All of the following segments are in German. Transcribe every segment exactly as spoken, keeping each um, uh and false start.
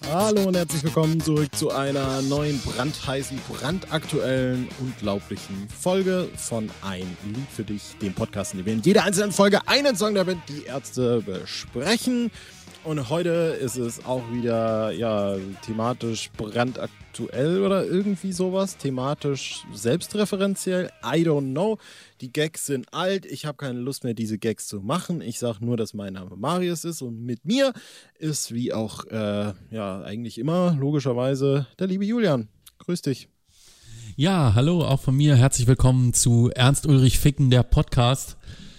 Hallo und herzlich willkommen zurück zu einer neuen brandheißen, brandaktuellen, unglaublichen Folge von Ein Lied für dich, dem Podcast, in dem wir in jeder einzelnen Folge einen Song der Band Die Ärzte besprechen. Und heute ist es auch wieder, ja, thematisch brandaktuell oder irgendwie sowas, thematisch selbstreferenziell, I don't know. Die Gags sind alt, ich habe keine Lust mehr, diese Gags zu machen. Ich sage nur, dass mein Name Marius ist und mit mir ist, wie auch, äh, ja, eigentlich immer, logischerweise, der liebe Julian. Grüß dich. Ja, hallo, auch von mir. Herzlich willkommen zu Ernst Ulrich Ficken, der Podcast.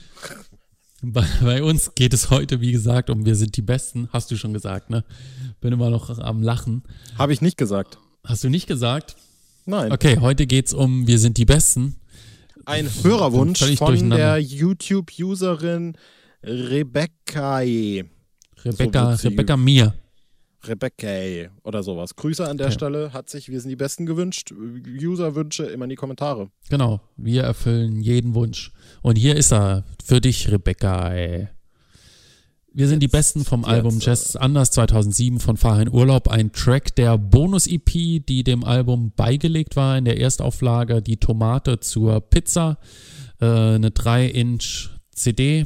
Bei, bei uns geht es heute, wie gesagt, um Wir sind die Besten. Hast du schon gesagt, ne? Bin immer noch am Lachen. Habe ich nicht gesagt. Hast du nicht gesagt? Nein. Okay, heute geht's um Wir sind die Besten. Ein Hörerwunsch von der YouTube-Userin Rebecca. Rebecca, so Rebecca Mir. Rebecca oder sowas. Grüße an der Okay. Stelle. Hat sich Wir sind die Besten gewünscht. Userwünsche immer in die Kommentare. Genau, wir erfüllen jeden Wunsch. Und hier ist er für dich, Rebecca. Wir sind die Besten vom Jetzt, Album Jazz ist anders zweitausendsieben von Fahr in Urlaub. Ein Track der Bonus-E P, die dem Album beigelegt war in der Erstauflage. Die Tomate zur Pizza. Äh, eine drei Inch C D.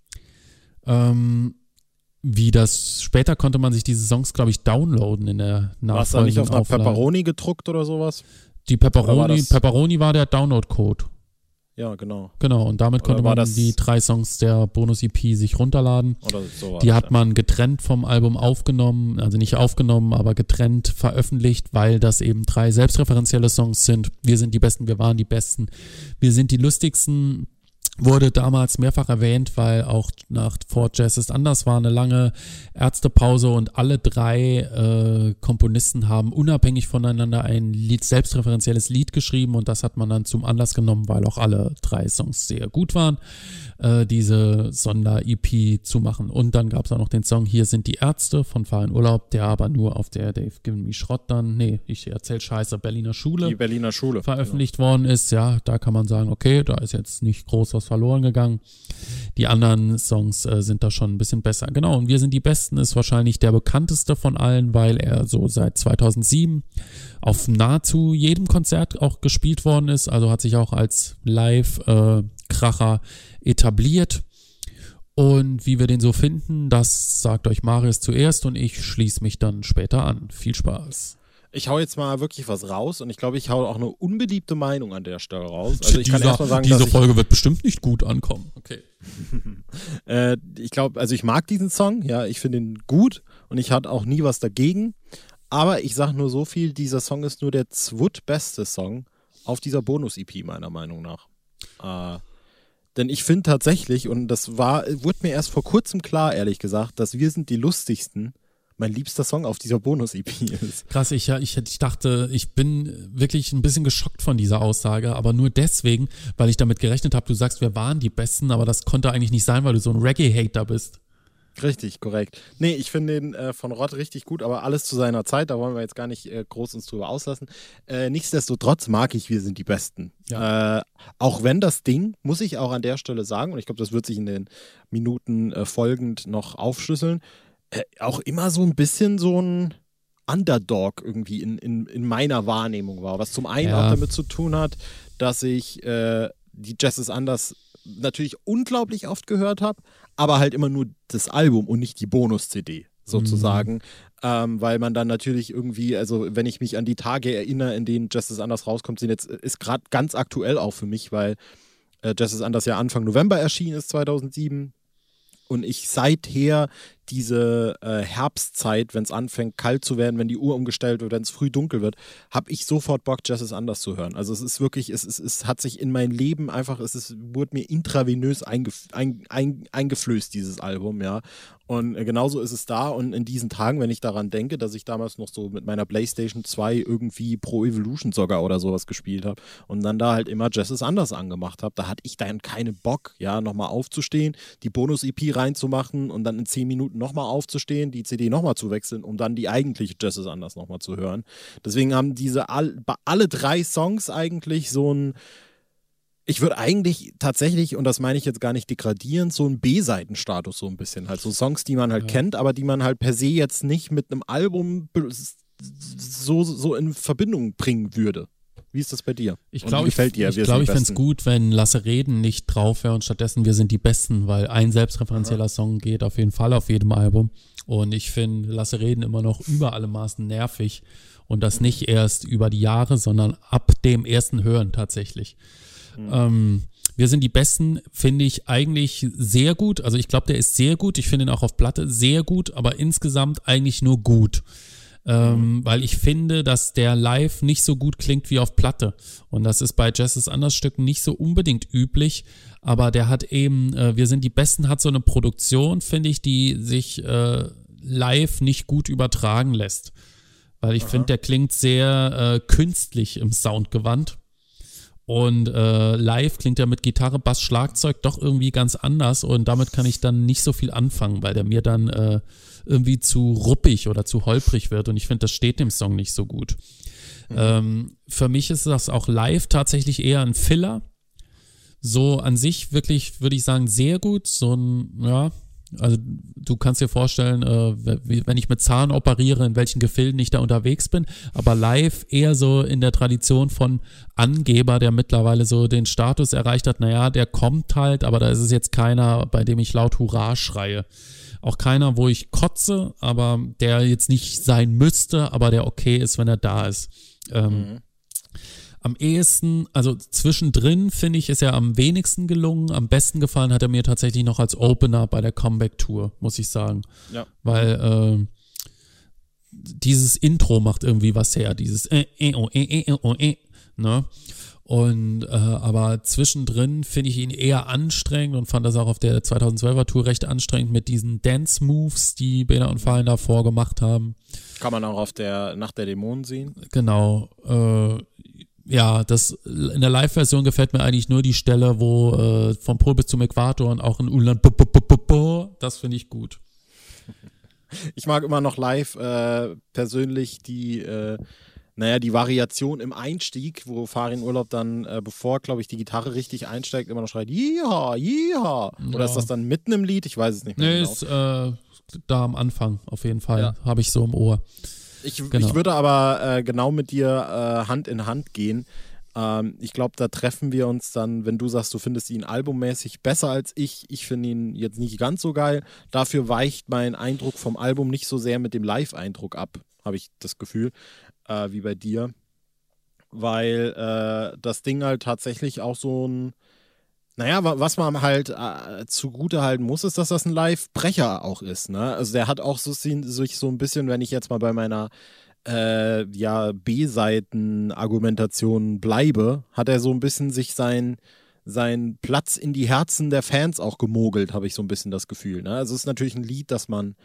Ähm, wie das, später konnte man sich diese Songs, glaube ich, downloaden in der Warst du da nachfolgenden nicht auf einer Auflage. Pepperoni gedruckt oder sowas? Die Oder war Pepperoni, das- Pepperoni war der Download-Code. Ja, genau. Genau, und damit Oder konnte war man das- die drei Songs der Bonus-E P sich runterladen. Oder sowas. Die hat man getrennt vom Album aufgenommen, also nicht aufgenommen, aber getrennt veröffentlicht, weil das eben drei selbstreferenzielle Songs sind. Wir sind die Besten, wir waren die Besten, wir sind die lustigsten. Wurde damals mehrfach erwähnt, weil auch nach For Jazz ist anders war eine lange Ärztepause und alle drei äh, Komponisten haben unabhängig voneinander ein Lied, selbstreferenzielles Lied geschrieben und das hat man dann zum Anlass genommen, weil auch alle drei Songs sehr gut waren, äh, diese Sonder-E P zu machen. Und dann gab es auch noch den Song Hier sind die Ärzte von Fahr in Urlaub, der aber nur auf der Dave Given Me Schrott dann, nee, ich erzähl Scheiße, Berliner Schule. Die Berliner Schule. veröffentlicht worden ist, ja, da kann man sagen, okay, da ist jetzt nicht groß was verloren gegangen. Die anderen Songs äh, sind da schon ein bisschen besser. Genau, und Wir sind die Besten ist wahrscheinlich der bekannteste von allen, weil er so seit zweitausendsieben auf nahezu jedem Konzert auch gespielt worden ist, also hat sich auch als Live-Kracher etabliert. Und wie wir den so finden, das sagt euch Marius zuerst und ich schließe mich dann später an. Viel Spaß. Ich hau jetzt mal wirklich was raus und ich glaube, ich hau auch eine unbeliebte Meinung an der Stelle raus. Also ich kann Dieser- erstmal sagen, diese dass ich, Folge wird bestimmt nicht gut ankommen. Okay. äh, ich glaube, also ich mag diesen Song, ja, ich finde ihn gut und ich hatte auch nie was dagegen. Aber ich sag nur so viel, dieser Song ist nur der zweitbeste Song auf dieser Bonus-E P, meiner Meinung nach. Äh, denn ich finde tatsächlich, und das war, wurde mir erst vor kurzem klar, ehrlich gesagt, dass Wir sind die Lustigsten mein liebster Song auf dieser Bonus-E P ist. Krass, ich, ja, ich, ich dachte, ich bin wirklich ein bisschen geschockt von dieser Aussage, aber nur deswegen, weil ich damit gerechnet habe, du sagst, wir waren die Besten, aber das konnte eigentlich nicht sein, weil du so ein Reggae-Hater bist. Richtig, korrekt. Nee, ich finde den äh, von Rott richtig gut, aber alles zu seiner Zeit, da wollen wir jetzt gar nicht äh, groß uns drüber auslassen. Äh, nichtsdestotrotz mag ich Wir sind die Besten. Ja. Äh, auch wenn das Ding, muss ich auch an der Stelle sagen, und ich glaube, das wird sich in den Minuten äh, folgend noch aufschlüsseln, äh, auch immer so ein bisschen so ein Underdog irgendwie in, in, in meiner Wahrnehmung war, was zum einen Ja. auch damit zu tun hat, dass ich äh, die Jazz ist anders natürlich unglaublich oft gehört habe, aber halt immer nur das Album und nicht die Bonus-C D sozusagen, Mhm. ähm, weil man dann natürlich irgendwie, also wenn ich mich an die Tage erinnere, in denen Jazz ist anders rauskommt, sind jetzt, ist gerade ganz aktuell auch für mich, weil äh, Jazz ist anders ja Anfang November erschienen ist, zweitausendsieben. Und ich seither diese äh, Herbstzeit, wenn es anfängt kalt zu werden, wenn die Uhr umgestellt wird, wenn es früh dunkel wird, habe ich sofort Bock, Jazz ist anders zu hören. Also es ist wirklich, es, es, es hat sich in mein Leben einfach, es ist, wurde mir intravenös eingef ein, ein, eingeflößt, dieses Album, ja. Und äh, genauso ist es da und in diesen Tagen, wenn ich daran denke, dass ich damals noch so mit meiner PlayStation zwei irgendwie Pro Evolution Soccer oder sowas gespielt habe und dann da halt immer Jazz ist anders angemacht habe, da hatte ich dann keinen Bock, ja, nochmal aufzustehen, die Bonus-E P reinzumachen und dann in zehn Minuten nochmal aufzustehen, die C D nochmal zu wechseln, um dann die eigentliche Jazz ist anders nochmal zu hören. Deswegen haben diese all, alle drei Songs eigentlich so ein Ich würde eigentlich tatsächlich, und das meine ich jetzt gar nicht degradierend, so einen B-Seiten-Status so ein bisschen. Halt so Songs, die man halt ja. kennt, aber die man halt per se jetzt nicht mit einem Album so, so in Verbindung bringen würde. Wie ist das bei dir? Ich glaube, ich, ich, ich, glaub, ich fände es gut, wenn Lasse Reden nicht drauf wäre und stattdessen Wir sind die Besten, weil ein selbstreferenzieller Song geht auf jeden Fall auf jedem Album. Und ich finde Lasse Reden immer noch über alle Maßen nervig. Und das nicht erst über die Jahre, sondern ab dem ersten Hören tatsächlich. Mhm. Ähm, Wir sind die Besten, finde ich eigentlich sehr gut. Also ich glaube, der ist sehr gut. Ich finde ihn auch auf Platte sehr gut, aber insgesamt eigentlich nur gut. Ähm, mhm. Weil ich finde, dass der live nicht so gut klingt wie auf Platte. Und das ist bei Jazz ist anders Stücken nicht so unbedingt üblich. Aber der hat eben, äh, Wir sind die Besten, hat so eine Produktion, finde ich, die sich äh, live nicht gut übertragen lässt. Weil ich finde, der klingt sehr äh, künstlich im Soundgewand. Und äh, live klingt er mit Gitarre, Bass, Schlagzeug doch irgendwie ganz anders. Und damit kann ich dann nicht so viel anfangen, weil der mir dann äh, irgendwie zu ruppig oder zu holprig wird. Und ich finde, das steht dem Song nicht so gut. Mhm. Ähm, für mich ist das auch live tatsächlich eher ein Filler. So an sich wirklich, würde ich sagen, sehr gut. So ein, ja... Also du kannst dir vorstellen, äh, wenn ich mit Zahn operiere, in welchen Gefilden ich da unterwegs bin, aber live eher so in der Tradition von Angeber, der mittlerweile so den Status erreicht hat, naja, der kommt halt, aber da ist es jetzt keiner, bei dem ich laut Hurra schreie. Auch keiner, wo ich kotze, aber der jetzt nicht sein müsste, aber der okay ist, wenn er da ist. Ähm, mhm. Am ehesten, also zwischendrin finde ich, ist er am wenigsten gelungen. Am besten gefallen hat er mir tatsächlich noch als Opener bei der Comeback-Tour, muss ich sagen. Ja. Weil äh, dieses Intro macht irgendwie was her, dieses äh, äh, oh, äh, äh, oh, äh, ne? Und äh, aber zwischendrin finde ich ihn eher anstrengend und fand das auch auf der zweitausendzwölfer Tour recht anstrengend mit diesen Dance-Moves, die Bela und Fallen davor gemacht haben. Kann man auch auf der Nacht der Dämonen sehen. Genau, äh, ja, das in der Live-Version gefällt mir eigentlich nur die Stelle, wo äh, vom Pol bis zum Äquator und auch in Ulan, das finde ich gut. Ich mag immer noch live äh, persönlich die, äh, naja, die Variation im Einstieg, wo Farin Urlaub dann, äh, bevor, glaube ich, die Gitarre richtig einsteigt, immer noch schreit, Jiha, Jiha. Oder ja. Ist das dann mitten im Lied? Ich weiß es nicht mehr nee, genau. ist äh, da am Anfang auf jeden Fall, ja. Habe ich so im Ohr. Ich, genau. ich würde aber äh, genau mit dir äh, Hand in Hand gehen. Ähm, ich glaube, da treffen wir uns dann, wenn du sagst, du findest ihn albummäßig besser als ich. Ich finde ihn jetzt nicht ganz so geil. Dafür weicht mein Eindruck vom Album nicht so sehr mit dem Live-Eindruck ab, habe ich das Gefühl, äh, wie bei dir. Weil äh, das Ding halt tatsächlich auch so ein Naja, was man halt äh, zugute halten muss, ist, dass das ein Live-Brecher auch ist. Ne? Also der hat auch so, sich so ein bisschen, wenn ich jetzt mal bei meiner äh, ja, B-Seiten-Argumentation bleibe, hat er so ein bisschen sich sein, seinen Platz in die Herzen der Fans auch gemogelt, habe ich so ein bisschen das Gefühl. Ne? Also es ist natürlich ein Lied, das man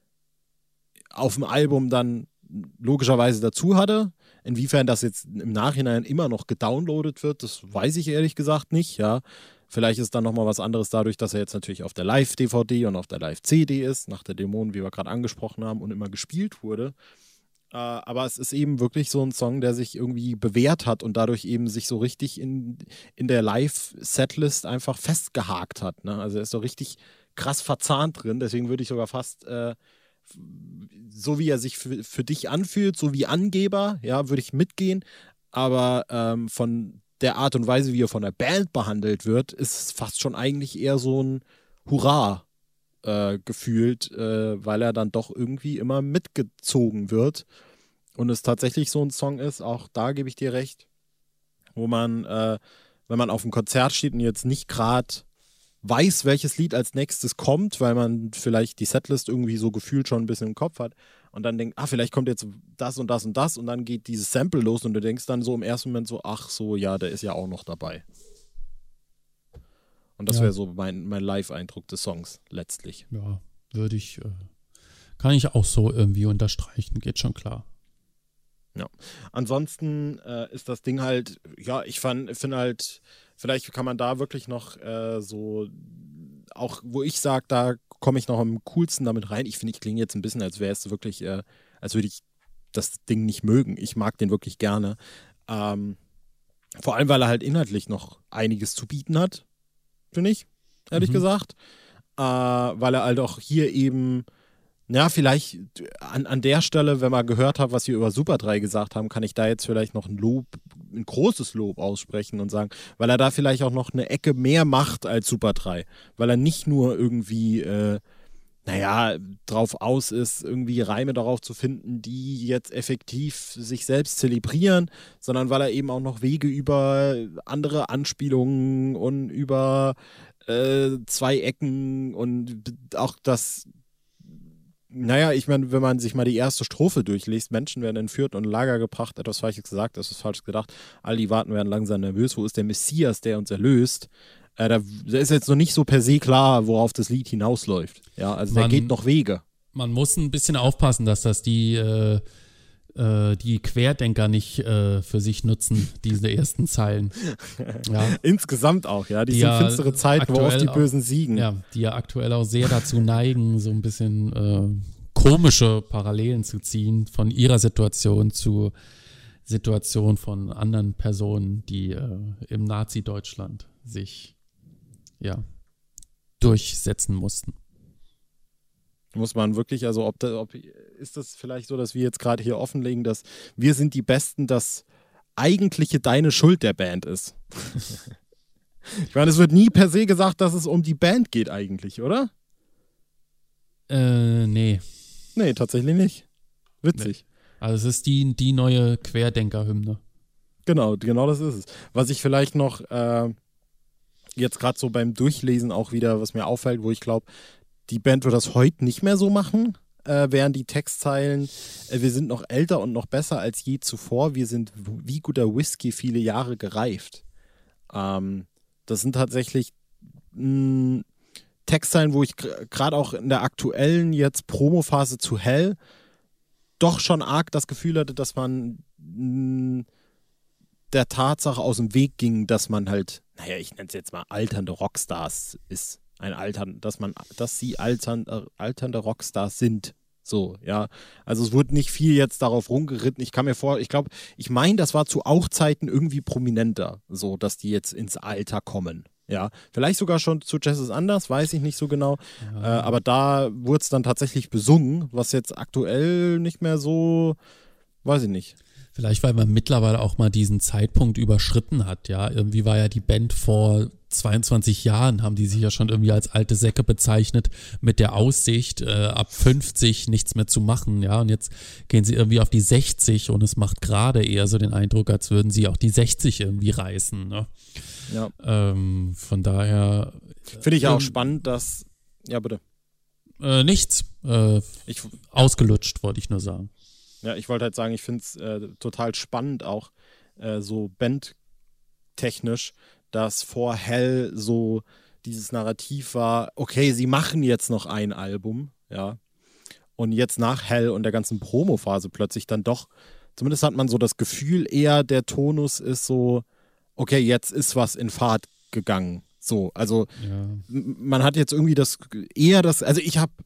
auf dem Album dann logischerweise dazu hatte. Inwiefern das jetzt im Nachhinein immer noch gedownloadet wird, das weiß ich ehrlich gesagt nicht, ja. Vielleicht ist dann nochmal was anderes dadurch, dass er jetzt natürlich auf der Live-D V D und auf der Live-C D ist, nach der Dämonen, wie wir gerade angesprochen haben, und immer gespielt wurde. Äh, aber es ist eben wirklich so ein Song, der sich irgendwie bewährt hat und dadurch eben sich so richtig in, in der Live-Setlist einfach festgehakt hat. Ne? Also er ist so richtig krass verzahnt drin, deswegen würde ich sogar fast äh, so wie er sich für, für dich anfühlt, so wie Angeber, ja, würde ich mitgehen, aber ähm, von der Art und Weise, wie er von der Band behandelt wird, ist fast schon eigentlich eher so ein Hurra äh, gefühlt, äh, weil er dann doch irgendwie immer mitgezogen wird und es tatsächlich so ein Song ist, auch da gebe ich dir recht, wo man, äh, wenn man auf dem Konzert steht und jetzt nicht gerade weiß, welches Lied als nächstes kommt, weil man vielleicht die Setlist irgendwie so gefühlt schon ein bisschen im Kopf hat und dann denkt, ah, vielleicht kommt jetzt das und das und das und dann geht dieses Sample los und du denkst dann so im ersten Moment so, ach so, ja, der ist ja auch noch dabei. Und das ja. wäre so mein, mein Live-Eindruck des Songs letztlich. Ja, würde ich, äh, kann ich auch so irgendwie unterstreichen, geht schon klar. Ja, ansonsten äh, ist das Ding halt, ja, ich fand, finde halt, vielleicht kann man da wirklich noch äh, so, auch wo ich sage, da komme ich noch am coolsten damit rein. Ich finde, ich klinge jetzt ein bisschen, als wäre es wirklich, äh, als würde ich das Ding nicht mögen. Ich mag den wirklich gerne. Ähm, Vor allem, weil er halt inhaltlich noch einiges zu bieten hat, finde ich, ehrlich mhm. gesagt. Äh, weil er halt auch hier eben, ja, vielleicht an, an der Stelle, wenn man gehört hat, was wir über Super drei gesagt haben, kann ich da jetzt vielleicht noch ein Lob, ein großes Lob aussprechen und sagen, weil er da vielleicht auch noch eine Ecke mehr macht als Super drei. Weil er nicht nur irgendwie, äh, naja, drauf aus ist, irgendwie Reime darauf zu finden, die jetzt effektiv sich selbst zelebrieren, sondern weil er eben auch noch Wege über andere Anspielungen und über äh, zwei Ecken und auch das, naja, ich meine, wenn man sich mal die erste Strophe durchliest, Menschen werden entführt und in Lager gebracht, etwas Falsches gesagt, etwas falsch gedacht, all die warten werden langsam nervös, wo ist der Messias, der uns erlöst? Äh, da, da ist jetzt noch nicht so per se klar, worauf das Lied hinausläuft. Ja, also da geht noch Wege. Man muss ein bisschen aufpassen, dass das die, äh, äh, die Querdenker nicht äh, für sich nutzen, diese ersten Zeilen. Ja. Insgesamt auch, ja. Die, die sind ja finstere Zeiten, wo oft die Bösen siegen. Ja, die ja aktuell auch sehr dazu neigen, so ein bisschen äh, komische Parallelen zu ziehen von ihrer Situation zu Situation von anderen Personen, die äh, im Nazi-Deutschland sich ja, durchsetzen mussten. Muss man wirklich, also ob, da, ob ist das vielleicht so, dass wir jetzt gerade hier offenlegen, dass wir sind die Besten, dass eigentliche deine Schuld der Band ist. Ich meine, es wird nie per se gesagt, dass es um die Band geht eigentlich, oder? Äh, nee. Nee, tatsächlich nicht. Witzig. Nee. Also es ist die, die neue Querdenker-Hymne. Genau, genau das ist es. Was ich vielleicht noch äh, jetzt gerade so beim Durchlesen auch wieder, was mir auffällt, wo ich glaube, die Band wird das heute nicht mehr so machen, äh, wären die Textzeilen, äh, wir sind noch älter und noch besser als je zuvor, wir sind wie guter Whisky viele Jahre gereift. Ähm, das sind tatsächlich mh, Textzeilen, wo ich gerade auch in der aktuellen jetzt Promophase zu Hell doch schon arg das Gefühl hatte, dass man mh, der Tatsache aus dem Weg ging, dass man halt, naja, ich nenne es jetzt mal alternde Rockstars ist. Ein Altern, dass man, dass sie altern, äh, alternde Rockstars sind. So, ja. Also es wurde nicht viel jetzt darauf rumgeritten. Ich kann mir vor, ich glaube, ich meine, das war zu Auch-Zeiten irgendwie prominenter, so, dass die jetzt ins Alter kommen. Ja, vielleicht sogar schon zu Jazz ist anders, weiß ich nicht so genau. Ja. Äh, aber da wurde es dann tatsächlich besungen, was jetzt aktuell nicht mehr so, weiß ich nicht. Vielleicht, weil man mittlerweile auch mal diesen Zeitpunkt überschritten hat, ja. Irgendwie war ja die Band vor zweiundzwanzig Jahren, haben die sich ja schon irgendwie als alte Säcke bezeichnet, mit der Aussicht, äh, ab fünfzig nichts mehr zu machen, ja. Und jetzt gehen sie irgendwie auf die sechzig und es macht gerade eher so den Eindruck, als würden sie auch die sechzig irgendwie reißen, ne? Ja. Ähm, von daher. Finde ich ja ähm, auch spannend, dass, ja bitte. Äh, nichts. Äh, ich, ausgelutscht, wollte ich nur sagen. Ja, ich wollte halt sagen, ich finde es äh, total spannend auch äh, so bandtechnisch, dass vor Hell so dieses Narrativ war, okay, sie machen jetzt noch ein Album, ja, und jetzt nach Hell und der ganzen Promophase plötzlich dann doch, zumindest hat man so das Gefühl, eher der Tonus ist so, okay, jetzt ist was in Fahrt gegangen, so, also ja. m- man hat jetzt irgendwie das, eher das, also ich habe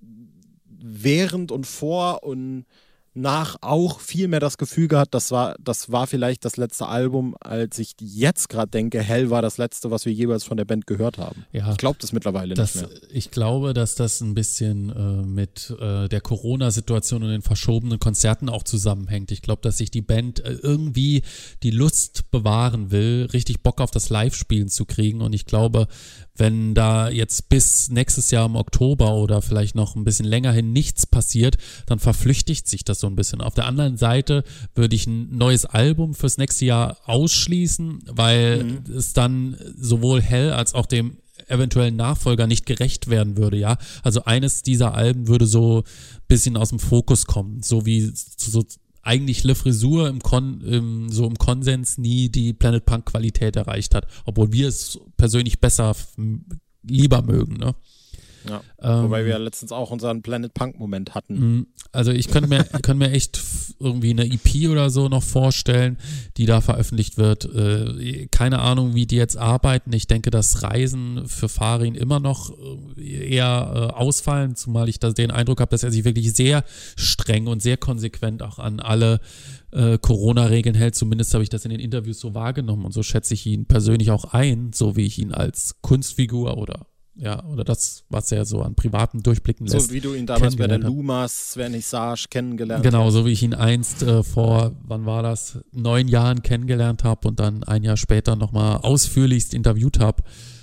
während und vor und nach auch viel mehr das Gefühl gehabt, das war, das war vielleicht das letzte Album, als ich jetzt gerade denke, Hell war das letzte, was wir jeweils von der Band gehört haben. Ja, ich glaube das mittlerweile das, nicht mehr. Ich glaube, dass das ein bisschen äh, mit äh, der Corona-Situation und den verschobenen Konzerten auch zusammenhängt. Ich glaube, dass sich die Band äh, irgendwie die Lust bewahren will, richtig Bock auf das Live-Spielen zu kriegen. Und ich glaube, wenn da jetzt bis nächstes Jahr im Oktober oder vielleicht noch ein bisschen länger hin nichts passiert, dann verflüchtigt sich das so ein bisschen. Auf der anderen Seite würde ich ein neues Album fürs nächste Jahr ausschließen, weil mhm. es dann sowohl Hell als auch dem eventuellen Nachfolger nicht gerecht werden würde, ja. Also eines dieser Alben würde so ein bisschen aus dem Fokus kommen, so wie so eigentlich Le Frisur im, Kon, im, so im Konsens nie die Planet Punk Qualität erreicht hat, obwohl wir es persönlich besser, lieber mögen, ne? Ja. Ähm, Wobei wir ja letztens auch unseren Planet Punk-Moment hatten. Also ich könnte mir, könnte mir echt irgendwie eine E P oder so noch vorstellen, die da veröffentlicht wird. Äh, keine Ahnung, wie die jetzt arbeiten. Ich denke, dass Reisen für Farin immer noch eher äh, ausfallen, zumal ich da den Eindruck habe, dass er sich wirklich sehr streng und sehr konsequent auch an alle äh, Corona-Regeln hält. Zumindest habe ich das in den Interviews so wahrgenommen und so schätze ich ihn persönlich auch ein, so wie ich ihn als Kunstfigur oder ja, oder das, was er so an Privaten durchblicken lässt. So wie du ihn damals bei der Lumas Vernissage kennengelernt hast. Genau, so wie ich ihn einst äh, vor, wann war das, neun Jahren kennengelernt habe und dann ein Jahr später nochmal ausführlichst interviewt habe.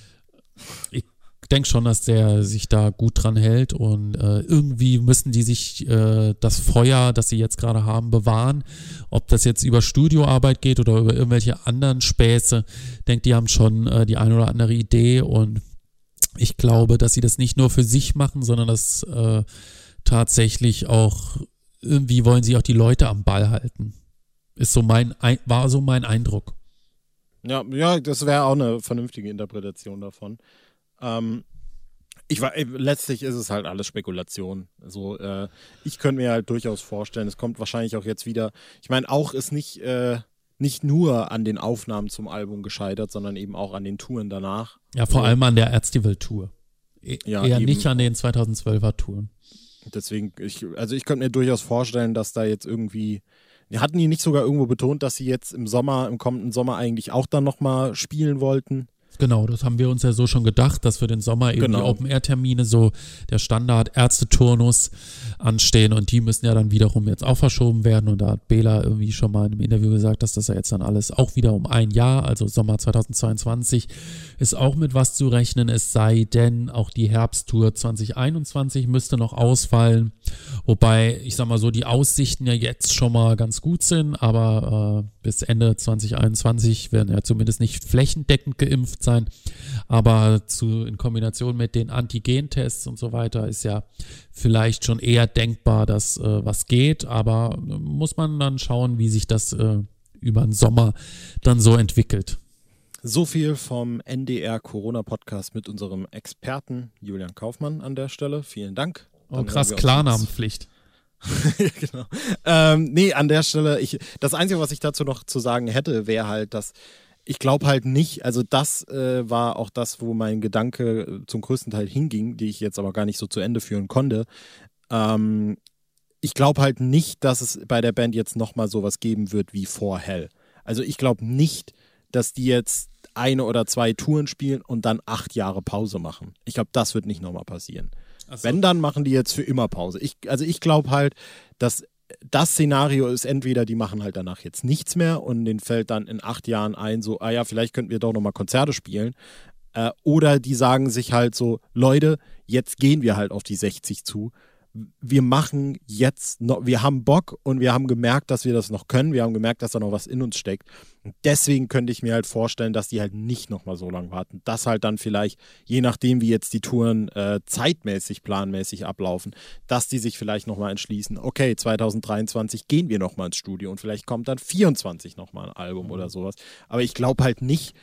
Ich denke schon, dass der sich da gut dran hält und äh, irgendwie müssen die sich äh, das Feuer, das sie jetzt gerade haben, bewahren. Ob das jetzt über Studioarbeit geht oder über irgendwelche anderen Späße. Ich denke, die haben schon äh, die eine oder andere Idee und ich glaube, dass sie das nicht nur für sich machen, sondern dass äh, tatsächlich auch irgendwie wollen sie auch die Leute am Ball halten. Ist so mein, war so mein Eindruck. Ja, ja, das wäre auch eine vernünftige Interpretation davon. Ähm, ich war, letztlich ist es halt alles Spekulation. Also äh, ich könnte mir halt durchaus vorstellen, es kommt wahrscheinlich auch jetzt wieder. Ich meine, auch ist nicht äh, nicht nur an den Aufnahmen zum Album gescheitert, sondern eben auch an den Touren danach. Ja, vor allem an der Ärztival-Tour. E- ja, eher eben. nicht an den zweitausendzwölfer Touren. Deswegen, ich, also ich könnte mir durchaus vorstellen, dass da jetzt irgendwie, hatten die nicht sogar irgendwo betont, dass sie jetzt im Sommer, im kommenden Sommer eigentlich auch dann nochmal spielen wollten? Genau, das haben wir uns ja so schon gedacht, dass für den Sommer eben Genau. die Open-Air-Termine, so der Standard-Ärzteturnus anstehen und die müssen ja dann wiederum jetzt auch verschoben werden und da hat Bela irgendwie schon mal in einem Interview gesagt, dass das ja jetzt dann alles auch wieder um ein Jahr, also Sommer zweitausendzweiundzwanzig, ist auch mit was zu rechnen, es sei denn, auch die Herbsttour zwanzig einundzwanzig müsste noch ausfallen, wobei, ich sag mal so, die Aussichten ja jetzt schon mal ganz gut sind, aber äh, bis Ende zwanzig einundzwanzig werden ja zumindest nicht flächendeckend geimpft sein, aber zu, in Kombination mit den Antigentests und so weiter ist ja vielleicht schon eher denkbar, dass äh, was geht, aber äh, muss man dann schauen, wie sich das äh, über den Sommer dann so entwickelt. So viel vom N D R Corona-Podcast mit unserem Experten Julian Kaufmann an der Stelle. Vielen Dank. Oh, krass, Klarnamenpflicht. Ja, genau. Ähm, nee, an der Stelle, ich, das Einzige, was ich dazu noch zu sagen hätte, wäre halt, dass ich glaube halt nicht, also das äh, war auch das, wo mein Gedanke zum größten Teil hinging, die ich jetzt aber gar nicht so zu Ende führen konnte. Ähm, ich glaube halt nicht, dass es bei der Band jetzt nochmal sowas geben wird wie vor Hell. Also ich glaube nicht, dass die jetzt eine oder zwei Touren spielen und dann acht Jahre Pause machen. Ich glaube, das wird nicht nochmal passieren. So. Wenn, dann machen die jetzt für immer Pause. Ich, also ich glaube halt, dass das Szenario ist entweder, die machen halt danach jetzt nichts mehr und denen fällt dann in acht Jahren ein, so, ah ja, vielleicht könnten wir doch nochmal Konzerte spielen. Äh, oder die sagen sich halt so, Leute, jetzt gehen wir halt auf die sechzig zu. Wir machen jetzt noch, wir haben Bock und wir haben gemerkt, dass wir das noch können. Wir haben gemerkt, dass da noch was in uns steckt. Und deswegen könnte ich mir halt vorstellen, dass die halt nicht nochmal so lange warten. Dass halt dann vielleicht, je nachdem wie jetzt die Touren äh, zeitmäßig, planmäßig ablaufen, dass die sich vielleicht nochmal entschließen, okay, zwanzig dreiundzwanzig gehen wir nochmal ins Studio und vielleicht kommt dann vierundzwanzig nochmal ein Album mhm. oder sowas. Aber ich glaube halt nicht,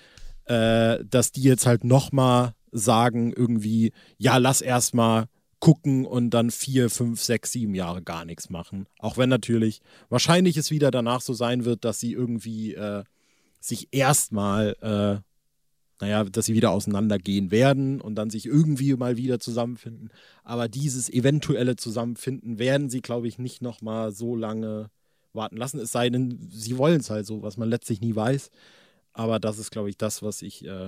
äh, dass die jetzt halt nochmal sagen irgendwie, ja, lass erstmal gucken und dann vier, fünf, sechs, sieben Jahre gar nichts machen. Auch wenn natürlich wahrscheinlich es wieder danach so sein wird, dass sie irgendwie äh, sich erstmal, äh, naja, dass sie wieder auseinandergehen werden und dann sich irgendwie mal wieder zusammenfinden. Aber dieses eventuelle Zusammenfinden werden sie, glaube ich, nicht nochmal so lange warten lassen. Es sei denn, sie wollen es halt so, was man letztlich nie weiß. Aber das ist, glaube ich, das, was ich äh,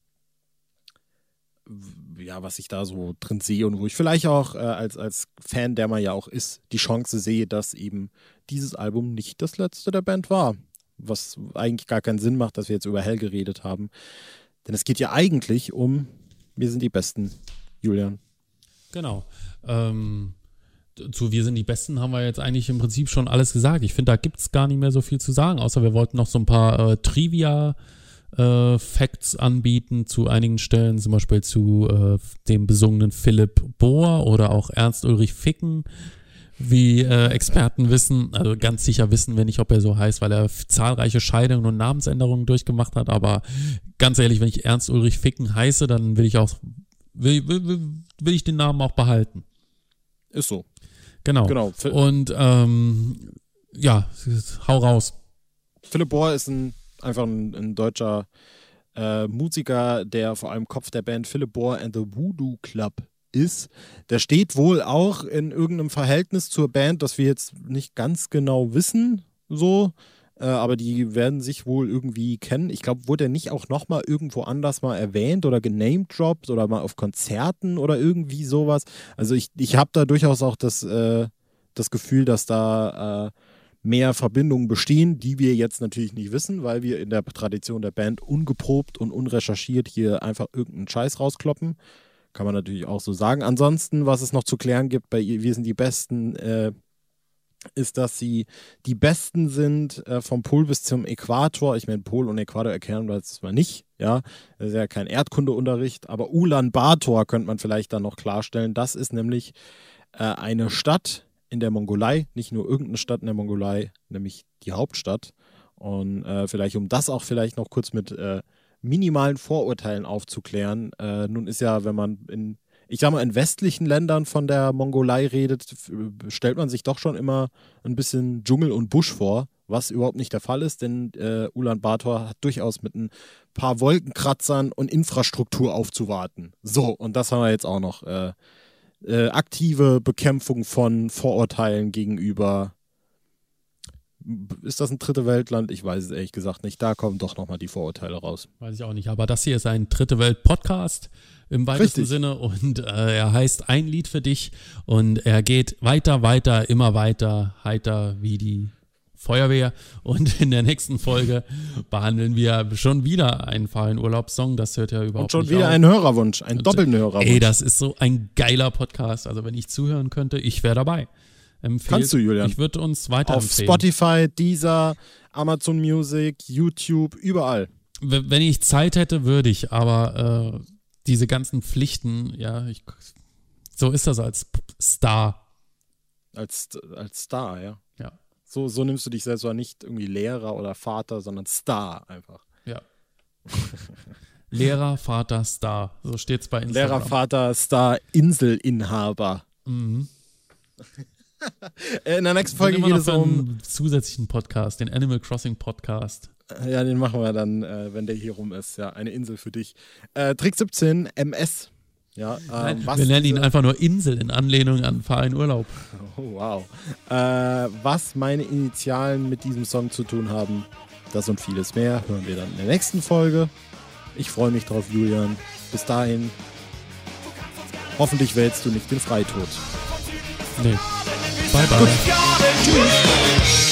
ja, was ich da so drin sehe und wo ich vielleicht auch äh, als, als Fan, der man ja auch ist, die Chance sehe, dass eben dieses Album nicht das letzte der Band war. Was eigentlich gar keinen Sinn macht, dass wir jetzt über Hell geredet haben. Denn es geht ja eigentlich um Wir sind die Besten, Julian. Genau. Ähm, zu Wir sind die Besten haben wir jetzt eigentlich im Prinzip schon alles gesagt. Ich finde, da gibt es gar nicht mehr so viel zu sagen, außer wir wollten noch so ein paar äh, Trivia Äh, Facts anbieten zu einigen Stellen, zum Beispiel zu äh, dem besungenen Philipp Bohr oder auch Ernst Ulrich Ficken, wie äh, Experten wissen, also ganz sicher wissen wir nicht, ob er so heißt, weil er zahlreiche Scheidungen und Namensänderungen durchgemacht hat, aber ganz ehrlich, wenn ich Ernst Ulrich Ficken heiße, dann will ich auch will, will, will ich den Namen auch behalten. Ist so. Genau. genau. Und ähm, ja, hau raus. Philipp Bohr ist ein, einfach ein, ein deutscher äh, Musiker, der vor allem Kopf der Band Philipp Bohr and the Voodoo Club ist. Der steht wohl auch in irgendeinem Verhältnis zur Band, das wir jetzt nicht ganz genau wissen, so, äh, aber die werden sich wohl irgendwie kennen. Ich glaube, wurde er nicht auch nochmal irgendwo anders mal erwähnt oder genamedroppt oder mal auf Konzerten oder irgendwie sowas. Also ich, ich habe da durchaus auch das, äh, das Gefühl, dass da äh, mehr Verbindungen bestehen, die wir jetzt natürlich nicht wissen, weil wir in der Tradition der Band ungeprobt und unrecherchiert hier einfach irgendeinen Scheiß rauskloppen. Kann man natürlich auch so sagen. Ansonsten, was es noch zu klären gibt, bei Wir sind die Besten, äh, ist, dass sie die Besten sind äh, vom Pol bis zum Äquator. Ich meine, Pol und Äquator erklären wir jetzt mal nicht, ja. Das ist ja kein Erdkundeunterricht, aber Ulaanbaatar könnte man vielleicht dann noch klarstellen. Das ist nämlich äh, eine Stadt in der Mongolei, nicht nur irgendeine Stadt in der Mongolei, nämlich die Hauptstadt. Und äh, vielleicht, um das auch vielleicht noch kurz mit äh, minimalen Vorurteilen aufzuklären. Äh, nun ist ja, wenn man in, ich sag mal, in westlichen Ländern von der Mongolei redet, stellt man sich doch schon immer ein bisschen Dschungel und Busch vor, was überhaupt nicht der Fall ist, denn äh, Ulaanbaatar hat durchaus mit ein paar Wolkenkratzern und Infrastruktur aufzuwarten. So, und das haben wir jetzt auch noch. Äh, äh, aktive Bekämpfung von Vorurteilen gegenüber. Ist das ein dritte Weltland? Ich weiß es ehrlich gesagt nicht. Da kommen doch nochmal die Vorurteile raus. Weiß ich auch nicht, aber das hier ist ein dritte Welt-Podcast im weitesten Richtig. Sinne und äh, er heißt Ein Lied für dich und er geht weiter, weiter, immer weiter, heiter wie die Feuerwehr und in der nächsten Folge behandeln wir schon wieder einen Fahrenurlaubssong, das hört ja überhaupt nicht auf. Und schon wieder einen Hörerwunsch, einen doppelten Hörerwunsch. Ey, das ist so ein geiler Podcast, also wenn ich zuhören könnte, ich wäre dabei. Empfehlt. Kannst du, Julian. Ich würde uns weiterempfehlen. Auf Spotify, Deezer, Amazon Music, YouTube, überall. W- Wenn ich Zeit hätte, würde ich, aber äh, diese ganzen Pflichten, ja, ich, so ist das als Star. Als, als Star, ja. Ja. So, so nimmst du dich selbst, zwar nicht irgendwie Lehrer oder Vater, sondern Star einfach. Ja. Lehrer, Vater, Star. So steht's bei Instagram. Lehrer, Vater, Star, Inselinhaber. Mhm. In der nächsten Folge geht geht es um einen zusätzlichen Podcast, den Animal Crossing Podcast. Ja, den machen wir dann, äh, wenn der hier rum ist. Ja, eine Insel für dich. Äh, Trick siebzehn, M S. Ja, ähm, Nein, was wir nennen ihn diese, einfach nur Insel in Anlehnung an Fahr in Urlaub. Oh, wow. Äh, was meine Initialen mit diesem Song zu tun haben, das und vieles mehr, hören wir dann in der nächsten Folge. Ich freue mich drauf, Julian. Bis dahin. Hoffentlich wählst du nicht den Freitod. Nee. Bye, bye. Tschüss.